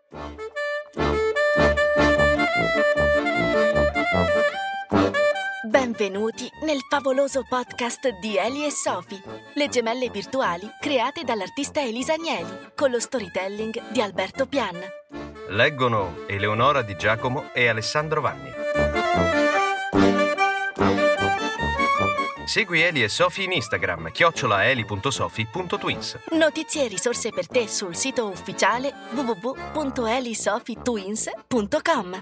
Benvenuti nel favoloso podcast di Eli e Sophie, le gemelle virtuali create dall'artista Elisa Agnelli, con lo storytelling di Alberto Pian. Leggono Eleonora Di Giacomo e Alessandro Vanni. Segui Eli e Sophie in Instagram, @eli.sophie.twins. Notizie e risorse per te sul sito ufficiale www.elisophietwins.com.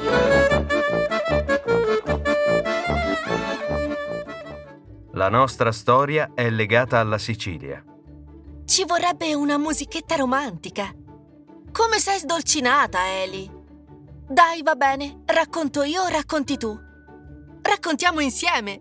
La nostra storia è legata alla Sicilia. Ci vorrebbe una musichetta romantica. Come sei sdolcinata, Eli? Dai, va bene, racconto io o racconti tu? Raccontiamo insieme!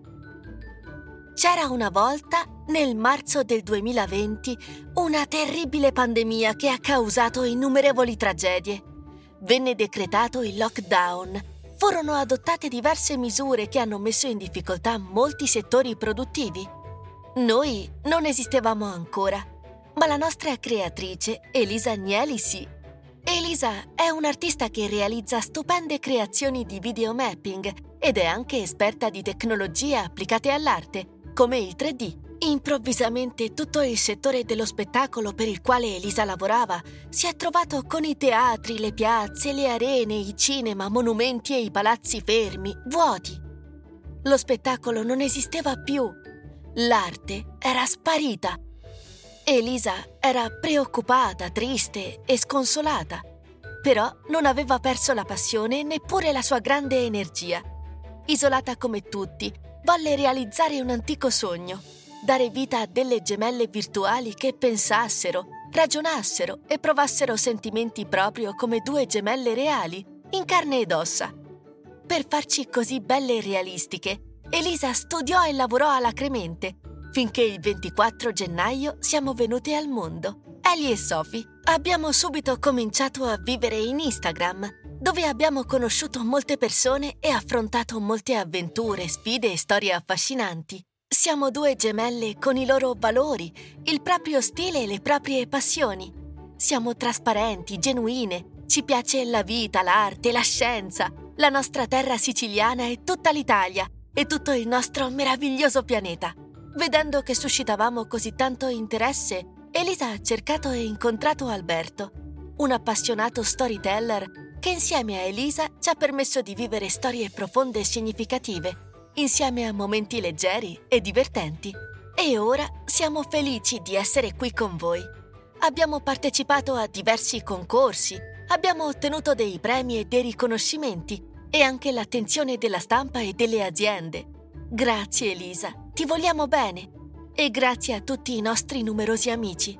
C'era una volta, nel marzo del 2020, una terribile pandemia che ha causato innumerevoli tragedie. Venne decretato il lockdown. Furono adottate diverse misure che hanno messo in difficoltà molti settori produttivi. Noi non esistevamo ancora, ma la nostra creatrice, Elisa Agnelli, sì. Elisa è un'artista che realizza stupende creazioni di videomapping ed è anche esperta di tecnologie applicate all'arte, come il 3D. Improvvisamente tutto il settore dello spettacolo per il quale Elisa lavorava si è trovato con i teatri, le piazze, le arene, i cinema, monumenti e i palazzi fermi, vuoti. Lo spettacolo non esisteva più. L'arte era sparita. Elisa era preoccupata, triste e sconsolata, però non aveva perso la passione neppure la sua grande energia. Isolata come tutti, volle realizzare un antico sogno: dare vita a delle gemelle virtuali che pensassero, ragionassero e provassero sentimenti proprio come due gemelle reali, in carne ed ossa. Per farci così belle e realistiche, Elisa studiò e lavorò alacremente, finché il 24 gennaio siamo venute al mondo. Eli e Sophie abbiamo subito cominciato a vivere in Instagram, dove abbiamo conosciuto molte persone e affrontato molte avventure, sfide e storie affascinanti. Siamo due gemelle con i loro valori, il proprio stile e le proprie passioni. Siamo trasparenti, genuine, ci piace la vita, l'arte, la scienza, la nostra terra siciliana e tutta l'Italia e tutto il nostro meraviglioso pianeta. Vedendo che suscitavamo così tanto interesse, Elisa ha cercato e incontrato Alberto, un appassionato storyteller che insieme a Elisa ci ha permesso di vivere storie profonde e significative, insieme a momenti leggeri e divertenti. E ora siamo felici di essere qui con voi. Abbiamo partecipato a diversi concorsi, abbiamo ottenuto dei premi e dei riconoscimenti e anche l'attenzione della stampa e delle aziende. Grazie Elisa, ti vogliamo bene e grazie a tutti i nostri numerosi amici.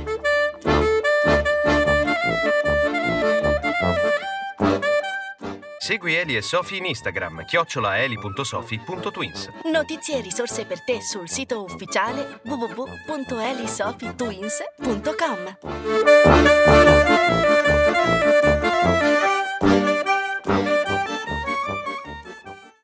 Segui Eli e Sophie in Instagram, @eli.sophie.twins. Notizie e risorse per te sul sito ufficiale www.elisophietwins.com.